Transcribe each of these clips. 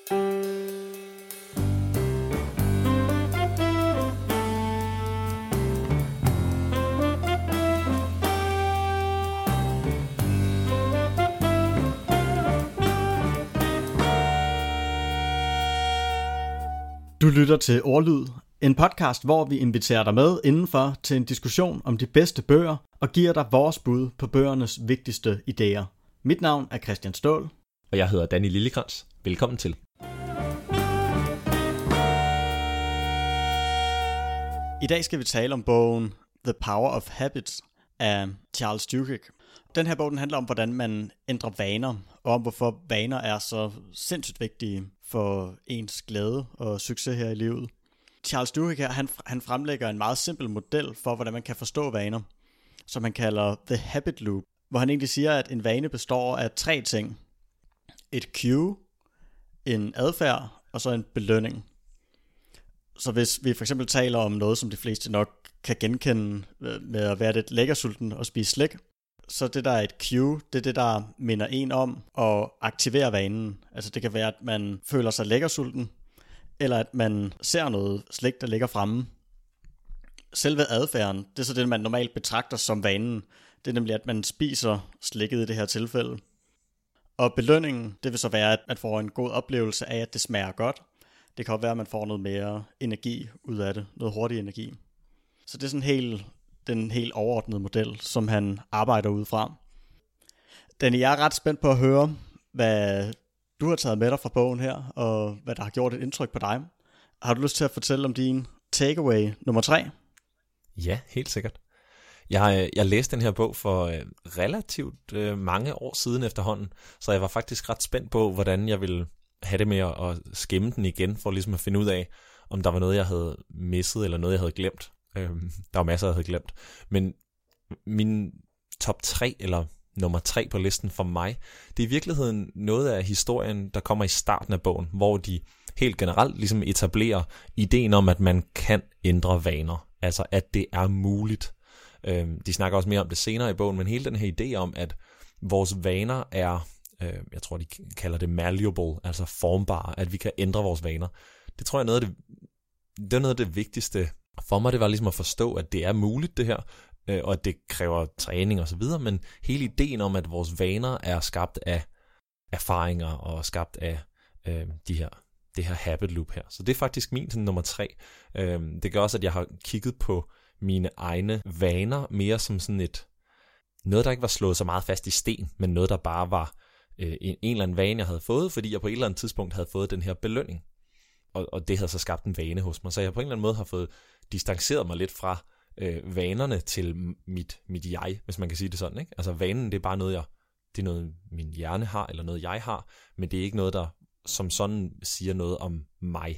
Du lytter til Ordlyd, en podcast, hvor vi inviterer dig med indenfor til en diskussion om de bedste bøger og giver dig vores bud på bøgernes vigtigste idéer. Mit navn er Christian Ståhl. Og jeg hedder Danny Lillekrans. Velkommen til. I dag skal vi tale om bogen The Power of Habits af Charles Duhigg. Den her bog den handler om, hvordan man ændrer vaner, og om hvorfor vaner er så sindssygt vigtige for ens glæde og succes her i livet. Charles Duhigg her, han fremlægger en meget simpel model for, hvordan man kan forstå vaner, som han kalder The Habit Loop, hvor han egentlig siger, at en vane består af 3 ting. Et cue, en adfærd og så en belønning. Så hvis vi for eksempel taler om noget, som de fleste nok kan genkende med at være lidt lækkersulten og spise slik, så det der er et cue, det er det, der minder en om at aktivere vanen. Altså det kan være, at man føler sig lækkersulten, eller at man ser noget slik, der ligger fremme. Selve adfærden, det er så det, man normalt betragter som vanen. Det er nemlig, at man spiser slikket i det her tilfælde. Og belønningen, det vil så være, at man får en god oplevelse af, at det smager godt. Det kan også være, at man får noget mere energi ud af det, noget hurtig energi. Så det er sådan den helt overordnede model, som han arbejder ud fra. Danny, jeg er ret spændt på at høre, hvad du har taget med dig fra bogen her, og hvad der har gjort et indtryk på dig. Har du lyst til at fortælle om din takeaway nummer 3? Ja, helt sikkert. Jeg læste den her bog for relativt mange år siden efterhånden, så jeg var faktisk ret spændt på, hvordan jeg ville have det med at skimme den igen, for ligesom at finde ud af, om der var noget, jeg havde misset, eller noget, jeg havde glemt. Der var masser, jeg havde glemt. Men min top 3, eller nummer 3 på listen for mig, det er i virkeligheden noget af historien, der kommer i starten af bogen, hvor de helt generelt ligesom etablerer ideen om, at man kan ændre vaner. Altså, at det er muligt. De snakker også mere om det senere i bogen, men hele den her idé om, at vores vaner er, jeg tror, de kalder det malleable, altså formbare, at vi kan ændre vores vaner. Det tror jeg er noget af det vigtigste. For mig det var ligesom at forstå, at det er muligt det her, og at det kræver træning og så videre, men hele ideen om, at vores vaner er skabt af erfaringer og skabt af det her habit loop her. Så det er faktisk min sådan, nummer 3. Det gør også, at jeg har kigget på mine egne vaner mere som sådan noget, der ikke var slået så meget fast i sten, men noget, der bare var en eller anden vane, jeg havde fået, fordi jeg på et eller andet tidspunkt havde fået den her belønning. Og det havde så skabt en vane hos mig. Så jeg på en eller anden måde har fået distanceret mig lidt fra vanerne til mit jeg, hvis man kan sige det sådan, ikke? Altså vanen, det er bare noget, det er noget, min hjerne har, eller noget, jeg har, men det er ikke noget, der som sådan siger noget om mig.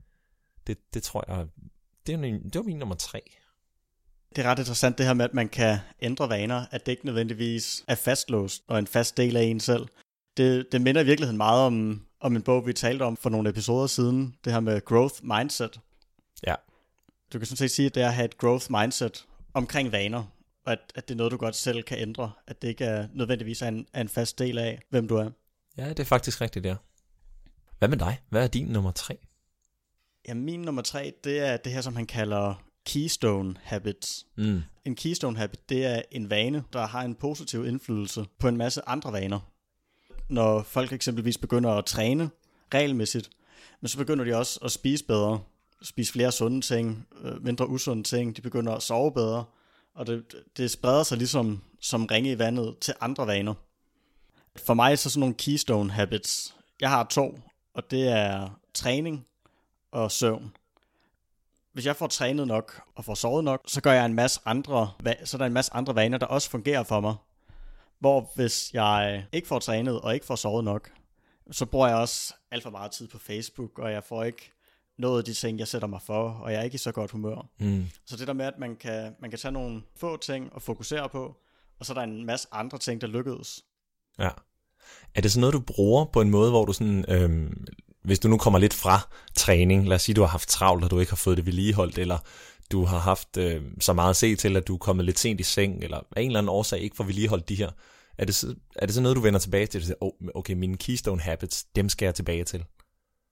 Det tror jeg, det var min nummer 3. Det er ret interessant det her med, at man kan ændre vaner, at det ikke nødvendigvis er fastlåst og en fast del af en selv. Det minder i virkeligheden meget om en bog, vi talte om for nogle episoder siden, det her med growth mindset. Ja. Du kan sådan set sige, at det er at have et growth mindset omkring vaner, og at det er noget, du godt selv kan ændre, at det ikke er nødvendigvis er en fast del af, hvem du er. Ja, det er faktisk rigtigt, der. Hvad med dig? Hvad er din nummer 3? Ja, min nummer 3, det er det her, som han kalder keystone habits. En keystone habit, det er en vane, der har en positiv indflydelse på en masse andre vaner. Når folk eksempelvis begynder at træne regelmæssigt, men så begynder de også at spise bedre, spise flere sunde ting, mindre usunde ting, de begynder at sove bedre, og det spreder sig ligesom som ringe i vandet til andre vaner. For mig er så sådan nogle keystone habits. Jeg har 2, og det er træning og søvn. Hvis jeg får trænet nok og får sovet nok, så gør jeg så er der en masse andre vaner, der også fungerer for mig. Hvor hvis jeg ikke får trænet og ikke får sovet nok, så bruger jeg også alt for meget tid på Facebook, og jeg får ikke noget af de ting, jeg sætter mig for, og jeg er ikke i så godt humør. Så det der med, at man kan tage nogle få ting og fokusere på, og så er der en masse andre ting, der lykkedes. Ja. Er det sådan noget, du bruger på en måde, hvor du sådan, hvis du nu kommer lidt fra træning, lad os sige, du har haft travlt, og du ikke har fået det vedligeholdt, eller du har haft så meget at se til, at du er kommet lidt sent i seng, eller af en eller anden årsag ikke får vedligeholdt de her. Er det så noget, du vender tilbage til? Okay, mine keystone habits, dem skal jeg tilbage til.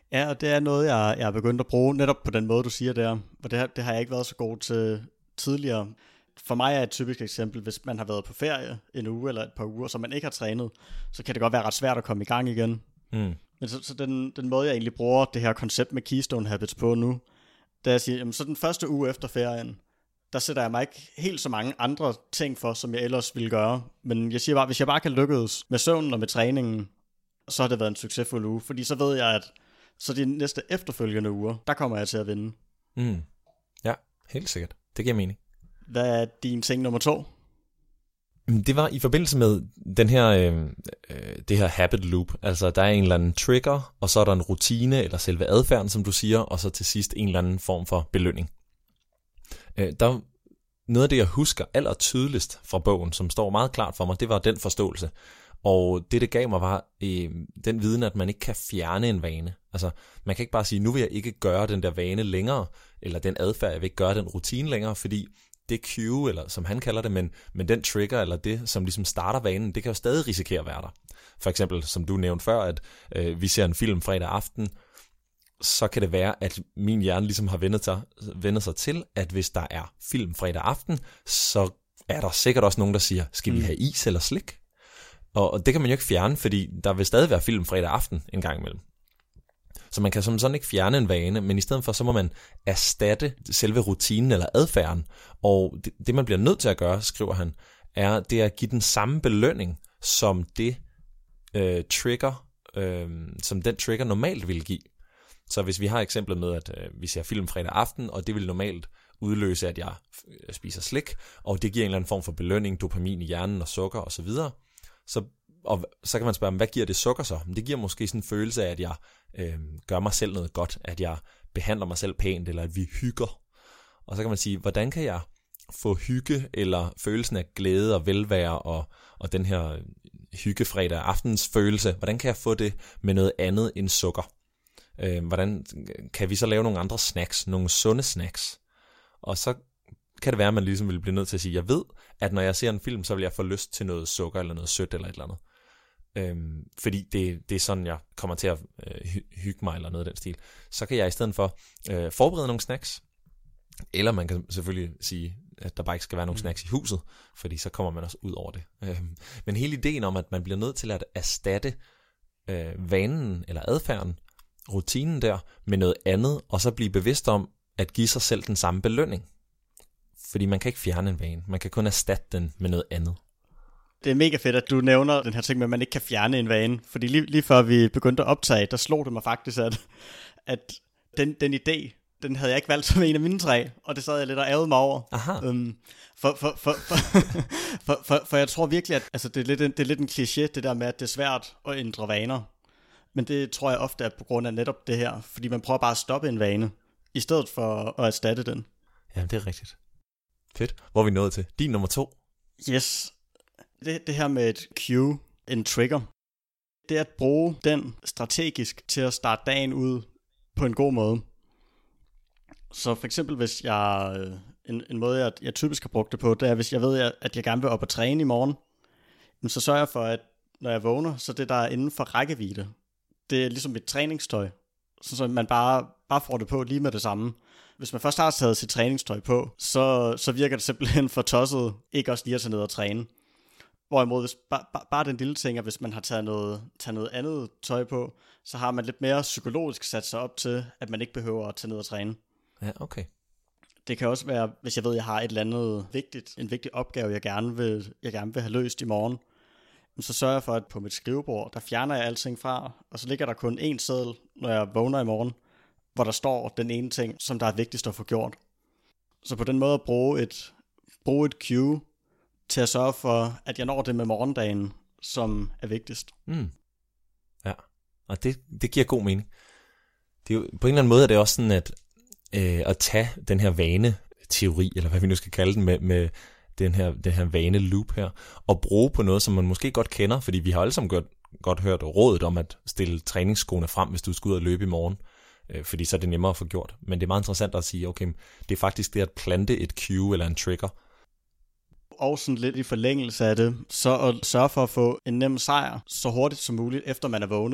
Ja, og det er noget, jeg er begyndt at bruge netop på den måde, du siger der. Og det har jeg ikke været så god til tidligere. For mig er et typisk eksempel, hvis man har været på ferie en uge eller et par uger, så man ikke har trænet, så kan det godt være ret svært at komme i gang igen. Men så den måde, jeg egentlig bruger det her koncept med Keystone Habits på nu, da jeg siger, jamen, så den første uge efter ferien, der sætter jeg mig ikke helt så mange andre ting for, som jeg ellers ville gøre. Men jeg siger bare, hvis jeg bare kan lykkes med søvnen og med træningen, så har det været en succesfuld uge. Fordi så ved jeg, at så de næste efterfølgende uger, der kommer jeg til at vinde. Ja, helt sikkert. Det giver mening. Hvad er din ting nummer 2? Det var i forbindelse med den her, det her habit loop. Altså, der er en eller anden trigger, og så er der en rutine, eller selve adfærden, som du siger, og så til sidst en eller anden form for belønning. Der noget af det, jeg husker aller tydeligst fra bogen, som står meget klart for mig, det var den forståelse. Og det gav mig var den viden, at man ikke kan fjerne en vane. Altså, man kan ikke bare sige, nu vil jeg ikke gøre den der vane længere, eller den adfærd, jeg vil ikke gøre den rutine længere, fordi det cue, eller som han kalder det, men den trigger, eller det, som ligesom starter vanen, det kan jo stadig risikere at være der. For eksempel, som du nævnte før, at vi ser en film fredag aften, så kan det være, at min hjerne ligesom har vendt sig til, at hvis der er film fredag aften, så er der sikkert også nogen, der siger, skal vi have is eller slik? Og det kan man jo ikke fjerne, fordi der vil stadig være film fredag aften en gang imellem. Så man kan som sådan ikke fjerne en vane, men i stedet for, så må man erstatte selve rutinen eller adfærden. Og det man bliver nødt til at gøre, skriver han, det er at give den samme belønning, som det trigger, som den trigger normalt vil give. Så hvis vi har eksemplet med, at vi ser film fredag aften, og det vil normalt udløse, at jeg spiser slik, og det giver en eller anden form for belønning, dopamin i hjernen og sukker osv., så kan man spørge, hvad giver det sukker så? Det giver måske sådan en følelse af, at jeg gør mig selv noget godt, at jeg behandler mig selv pænt, eller at vi hygger. Og så kan man sige, hvordan kan jeg få hygge, eller følelsen af glæde og velvære, og den her hyggefredag aftens følelse, hvordan kan jeg få det med noget andet end sukker? Hvordan kan vi så lave nogle andre snacks, nogle sunde snacks? Og så kan det være, at man ligesom vil blive nødt til at sige, jeg ved, at når jeg ser en film, så vil jeg få lyst til noget sukker, eller noget sødt, eller et eller andet. Fordi det er sådan, jeg kommer til at hygge mig, eller noget af den stil. Så kan jeg i stedet for forberede nogle snacks, eller man kan selvfølgelig sige, at der bare ikke skal være nogen snacks i huset, fordi så kommer man også ud over det. Men hele ideen om, at man bliver nødt til at erstatte vanen, eller adfærden, rutinen der, med noget andet, og så blive bevidst om, at give sig selv den samme belønning. Fordi man kan ikke fjerne en vane. Man kan kun erstatte den med noget andet. Det er mega fedt, at du nævner den her ting med, at man ikke kan fjerne en vane. Fordi lige før vi begyndte at optage, der slog det mig faktisk, at den idé, den havde jeg ikke valgt som en af mine 3. Og det sad jeg lidt og ærgede mig over. For jeg tror virkelig, at altså, det er lidt en kliché, det der med, at det er svært at ændre vaner. Men det tror jeg ofte er på grund af netop det her. Fordi man prøver bare at stoppe en vane, i stedet for at erstatte den. Ja, det er rigtigt. Fedt. Hvor er vi nået til? Din nummer 2? Yes. Det her med et cue, en trigger, det er at bruge den strategisk til at starte dagen ud på en god måde. Så for eksempel hvis jeg, en måde jeg typisk har brugt det på, det er hvis jeg ved, at jeg gerne vil op og træne i morgen, så sørger jeg for, at når jeg vågner, så det der er inden for rækkevidde, det er ligesom et træningstøj, så man bare får det på lige med det samme. Hvis man først har taget sit træningstøj på, så virker det simpelthen for tosset ikke også lige at tage ned og træne. Hvorimod hvis bare den lille ting, at hvis man har taget noget andet tøj på, så har man lidt mere psykologisk sat sig op til, at man ikke behøver at tage ned og træne. Ja, okay. Det kan også være, hvis jeg ved, at jeg har et eller andet en vigtig opgave, jeg gerne vil have løst i morgen, så sørger jeg for, at på mit skrivebord, der fjerner jeg alting fra, og så ligger der kun én seddel, når jeg vågner i morgen, hvor der står den ene ting, som der er vigtigst at få gjort. Så på den måde at bruge et cue til at sørge for, at jeg når det med morgendagen, som er vigtigst. Ja, og det giver god mening. Det er jo, på en eller anden måde er det også sådan, at tage den her vaneteori, eller hvad vi nu skal kalde den, med den her vane-loop her, og bruge på noget, som man måske godt kender, fordi vi har alle sammen godt hørt rådet om at stille træningsskoene frem, hvis du skal ud og løbe i morgen, fordi så er det nemmere at få gjort. Men det er meget interessant at sige, okay, det er faktisk det at plante et cue eller en trigger. Og sådan lidt i forlængelse af det, så at sørge for at få en nem sejr så hurtigt som muligt, efter man er vågnet.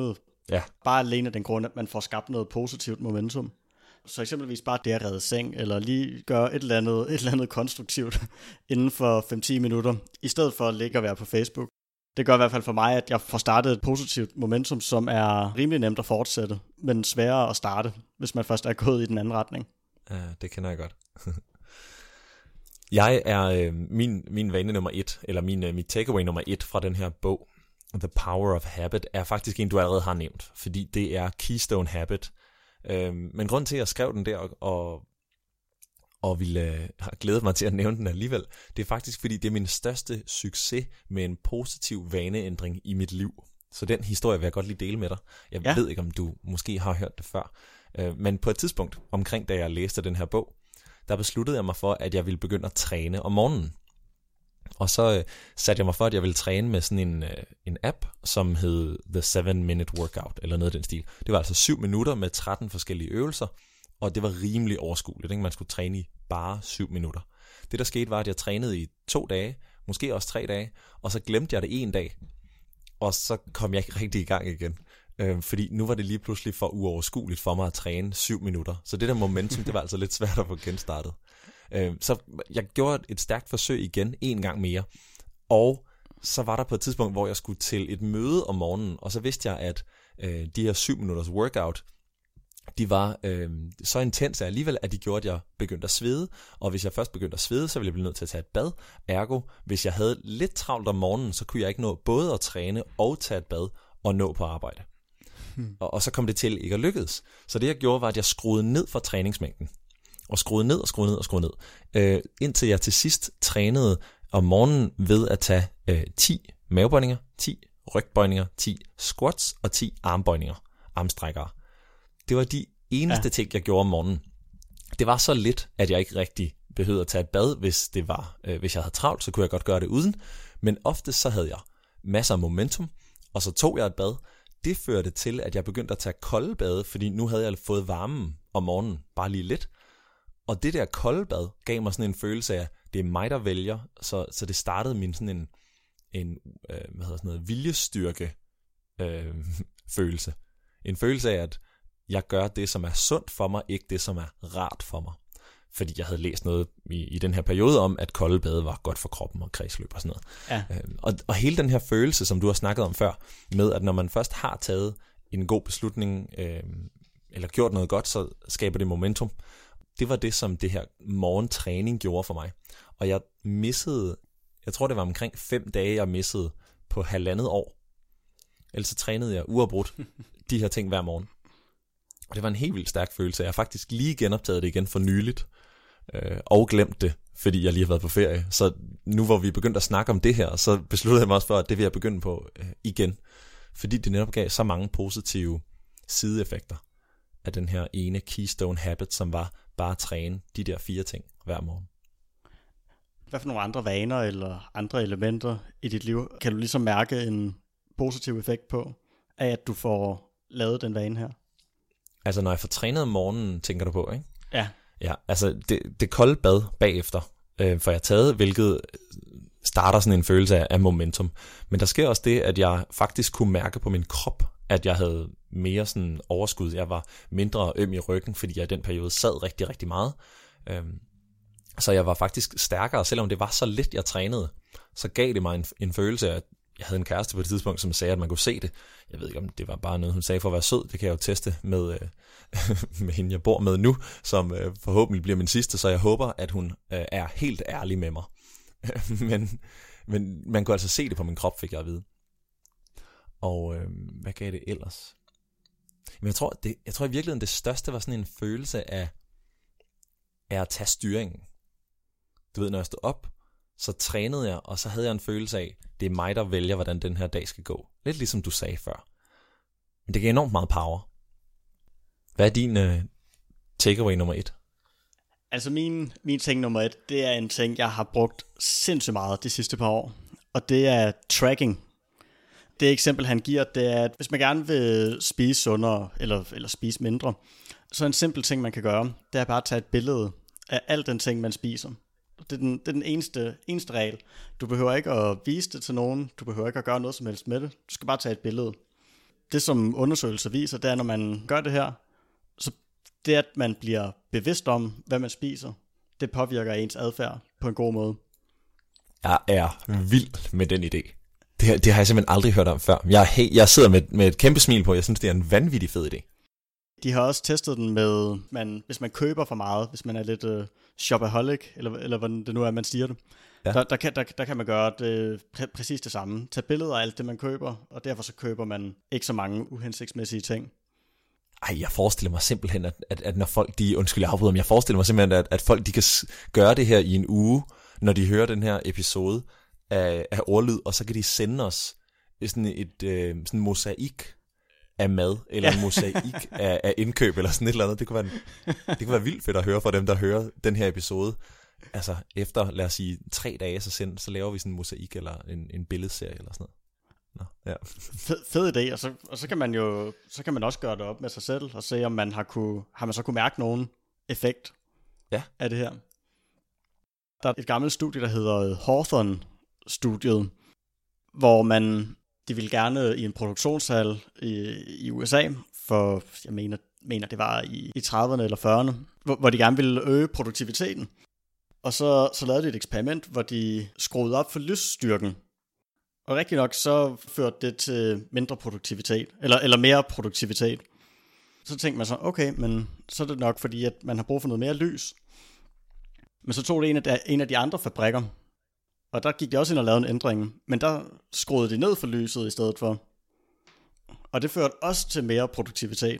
Ja. Bare alene af den grund, at man får skabt noget positivt momentum. Så eksempelvis bare det at redde seng, eller lige gøre et eller andet konstruktivt inden for 5-10 minutter, i stedet for at ligge og være på Facebook. Det gør i hvert fald for mig, at jeg får startet et positivt momentum, som er rimelig nemt at fortsætte, men sværere at starte, hvis man først er gået i den anden retning. Ja, det kender jeg godt. Jeg er min vane nummer 1, eller mit takeaway nummer 1 fra den her bog, The Power of Habit, er faktisk en, du allerede har nævnt, fordi det er Keystone Habit. Men grunden til, at jeg skrev den der, og ville have glædet mig til at nævne den alligevel, det er faktisk, fordi det er min største succes med en positiv vaneændring i mit liv. Så den historie vil jeg godt lige dele med dig. Jeg ved ikke, om du måske har hørt det før. Men på et tidspunkt, omkring da jeg læste den her bog, der besluttede jeg mig for, at jeg ville begynde at træne om morgenen. Og så satte jeg mig for, at jeg ville træne med sådan en app, som hed The 7-Minute Workout, eller noget af den stil. Det var altså 7 minutter med 13 forskellige øvelser, og det var rimelig overskueligt, ikke? Man skulle træne i bare 7 minutter. Det der skete var, at jeg trænede i 2 dage, måske også 3 dage, og så glemte jeg det en dag, og så kom jeg ikke rigtig i gang igen. Fordi nu var det lige pludselig for uoverskueligt for mig at træne 7 minutter. Så det der momentum, det var altså lidt svært at få genstartet. Så jeg gjorde et stærkt forsøg igen en gang mere. Og så var der på et tidspunkt, hvor jeg skulle til et møde om morgenen, og så vidste jeg, at de her 7 minutters workout, de var så intense alligevel, at de gjorde, at jeg begyndte at svede. Og hvis jeg først begyndte at svede, så ville jeg blive nødt til at tage et bad. Ergo, hvis jeg havde lidt travlt om morgenen, så kunne jeg ikke nå både at træne og tage et bad og nå på arbejde. Og så kom det til ikke at lykkedes. Så det jeg gjorde, var, at jeg skruede ned for træningsmængden. Og skruede ned, indtil jeg til sidst trænede om morgenen ved at tage 10 mavebøjninger, 10 rygbøjninger, 10 squats og 10 armstrækkere. Det var de eneste ting, jeg gjorde om morgenen. Det var så lidt, at jeg ikke rigtig behøvede at tage et bad, hvis jeg havde travlt, så kunne jeg godt gøre det uden. Men ofte så havde jeg masser af momentum, og så tog jeg et bad. Det førte til, at jeg begyndte at tage kolde bade, fordi nu havde jeg fået varmen om morgenen, bare lige lidt. Og det der kolde bad gav mig sådan en følelse af, det er mig, der vælger, så det startede min sådan en viljestyrke følelse. En følelse af, at jeg gør det, som er sundt for mig, ikke det, som er rart for mig. Fordi jeg havde læst noget i den her periode om, at kolde bade var godt for kroppen og kredsløb og sådan noget. Ja. Og hele den her følelse, som du har snakket om før, med at når man først har taget en god beslutning, eller gjort noget godt, så skaber det momentum. Det var det, som det her morgentræning gjorde for mig. Og jeg missede, jeg tror det var omkring 5 dage, jeg missede på 1,5 år. Ellers så trænede jeg uafbrudt de her ting hver morgen. Og det var en helt vildt stærk følelse. Jeg har faktisk lige genoptaget det igen for nyligt, og glemt det, fordi jeg lige har været på ferie. Så nu hvor vi er begyndt at snakke om det her, så besluttede jeg mig også for, at det vil jeg begynde på igen. Fordi det netop gav så mange positive sideeffekter af den her ene keystone habit, som var bare at træne de der 4 ting hver morgen. Hvad for nogle andre vaner eller andre elementer i dit liv kan du ligesom mærke en positiv effekt på, af at du får lavet den vane her? Altså når jeg får trænet om morgenen, tænker du på, ikke? Ja. Ja, altså det kolde bad bagefter, får jeg taget, hvilket starter sådan en følelse af momentum. Men der sker også det, at jeg faktisk kunne mærke på min krop, at jeg havde mere sådan overskud. Jeg var mindre øm i ryggen, fordi jeg i den periode sad rigtig, rigtig meget. Så jeg var faktisk stærkere, selvom det var så lidt, jeg trænede. Så gav det mig en følelse af, at jeg havde en kæreste på det tidspunkt, som sagde, at man kunne se det. Jeg ved ikke, om det var bare noget, hun sagde for at være sød. Det kan jeg jo teste med, med hende, jeg bor med nu, som forhåbentlig bliver min sidste. Så jeg håber, at hun er helt ærlig med mig. men man kunne altså se det på min krop, fik jeg at vide. Og hvad gav det ellers? Men jeg tror i virkeligheden, det største var sådan en følelse af at tage styringen. Du ved, når jeg stod op, så trænede jeg, og så havde jeg en følelse af, det er mig, der vælger, hvordan den her dag skal gå. Lidt ligesom du sagde før. Men det gav enormt meget power. Hvad er din takeaway nummer 1? Altså min ting nummer 1, det er en ting, jeg har brugt sindssygt meget de sidste par år. Og det er tracking. Det eksempel, han giver, det er, at hvis man gerne vil spise sundere, eller spise mindre, så en simpel ting, man kan gøre, det er bare at tage et billede af al den ting, man spiser. Det er den eneste regel. Du behøver ikke at vise det til nogen, du behøver ikke at gøre noget som helst med det. Du skal bare tage et billede. det som undersøgelser viser, det er, når man gør det her, så det, at man bliver bevidst om, hvad man spiser, det påvirker ens adfærd på en god måde. Jeg er vild med den idé. Det har jeg simpelthen aldrig hørt om før. Jeg sidder med et kæmpe smil på. Jeg synes, det er en vanvittig fed idé. De har også testet den med, hvis man køber for meget, hvis man er lidt shopaholic, eller hvordan det nu er, man siger det. Ja. Der kan man gøre det præcis det samme. Tage billeder af alt det, man køber, og derfor så køber man ikke så mange uhensigtsmæssige ting. Ej, jeg forestiller mig simpelthen, at når folk, jeg afbryder, men jeg forestiller mig simpelthen, at folk de kan gøre det her i en uge, når de hører den her episode af Ordlyd, og så kan de sende os sådan en mosaik af mad, eller en mosaik af indkøb, eller sådan et eller andet. Det kunne være vildt fedt at høre fra dem, der hører den her episode. Altså efter, lad os sige, 3 dage, så laver vi sådan en mosaik, eller en billedserie, eller sådan noget. Nå, ja. Fed idé, og så kan man også gøre det op med sig selv, og se om man har man så kunne mærke nogen effekt af det her. Der er et gammelt studie, der hedder Hawthorne-studiet, hvor de ville gerne i en produktionshal i USA, for jeg mener det var i 30'erne eller 40'erne, hvor de gerne ville øge produktiviteten. Og så lavede de et eksperiment, hvor de skruede op for lysstyrken. Og rigtig nok så førte det til mindre produktivitet, eller mere produktivitet. Så tænkte man så, okay, men så er det nok fordi, at man har brug for noget mere lys. Men så tog det en af de andre fabrikker, og der gik de også ind og lavede en ændring, men der skruede de ned for lyset i stedet for. Og det førte også til mere produktivitet.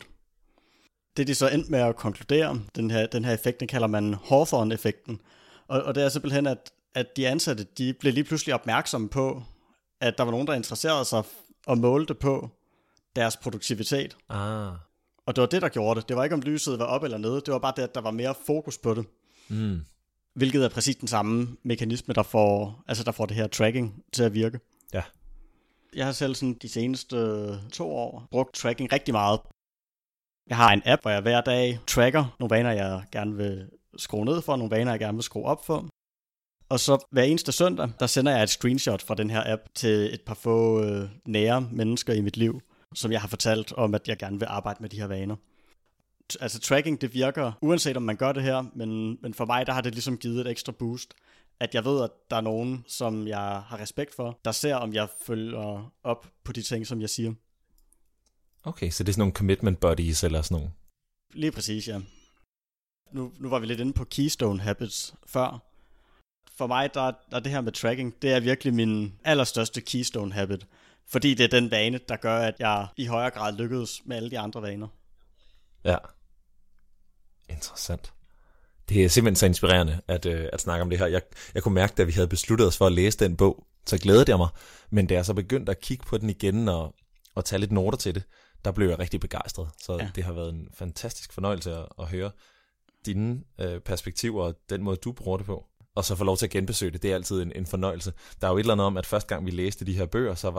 Det de så endte med at konkludere, den her effekt, den kalder man Hawthorne-effekten. Og det er simpelthen, at de ansatte, de blev lige pludselig opmærksomme på, at der var nogen, der interesserede sig og målte på deres produktivitet. Og det var det, der gjorde det. Det var ikke, om lyset var op eller nede. Det var bare det, at der var mere fokus på det. Hvilket er præcis den samme mekanisme, der får det her tracking til at virke. Ja. Jeg har selv sådan de seneste 2 år brugt tracking rigtig meget. Jeg har en app, hvor jeg hver dag tracker nogle vaner, jeg gerne vil skrue ned for, nogle vaner, jeg gerne vil skrue op for. Og så hver eneste søndag, der sender jeg et screenshot fra den her app til et par få nære mennesker i mit liv, som jeg har fortalt om, at jeg gerne vil arbejde med de her vaner. Altså tracking, det virker, uanset om man gør det her, men for mig, der har det ligesom givet et ekstra boost, at jeg ved, at der er nogen, som jeg har respekt for, der ser, om jeg følger op på de ting, som jeg siger. Okay, så det er sådan nogle commitment buddies eller sådan nogle? Lige præcis, ja. Nu var vi lidt inde på Keystone Habits før. For mig, der er det her med tracking, det er virkelig min allerstørste Keystone Habit, fordi det er den vane, der gør, at jeg i højere grad lykkedes med alle de andre vaner. Ja. Interessant. Det er simpelthen så inspirerende at snakke om det her. Jeg kunne mærke, da vi havde besluttet os for at læse den bog, så glædede jeg mig. Men da jeg så begyndte at kigge på den igen og tage lidt noter til det, der blev jeg rigtig begejstret. Så det har været en fantastisk fornøjelse at høre dine perspektiver og den måde, du bruger det på. Og så få lov til at genbesøge det, det er altid en fornøjelse. Der er jo et eller andet om, at første gang vi læste de her bøger, så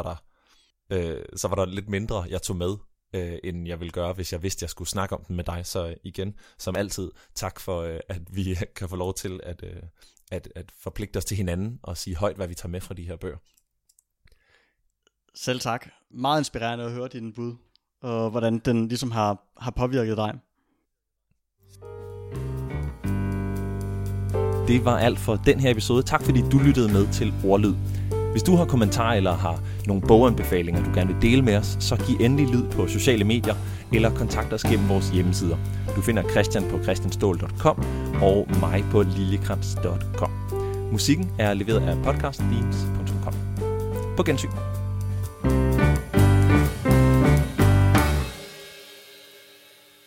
var der lidt mindre, jeg tog med, end jeg ville gøre, hvis jeg vidste, jeg skulle snakke om den med dig. Så igen, som altid, tak for, at vi kan få lov til at forpligte os til hinanden og sige højt, hvad vi tager med fra de her bøger. Selv tak. Meget inspirerende at høre dine bud, og hvordan den ligesom har påvirket dig. Det var alt for den her episode. Tak fordi du lyttede med til Ordlyd. Hvis du har kommentarer eller har nogle boganbefalinger, du gerne vil dele med os, så giv endelig lyd på sociale medier eller kontakt os gennem vores hjemmesider. Du finder Christian på christianstål.com og mig på liljekrans.com. Musikken er leveret af podcastthemes.com. På gensyn.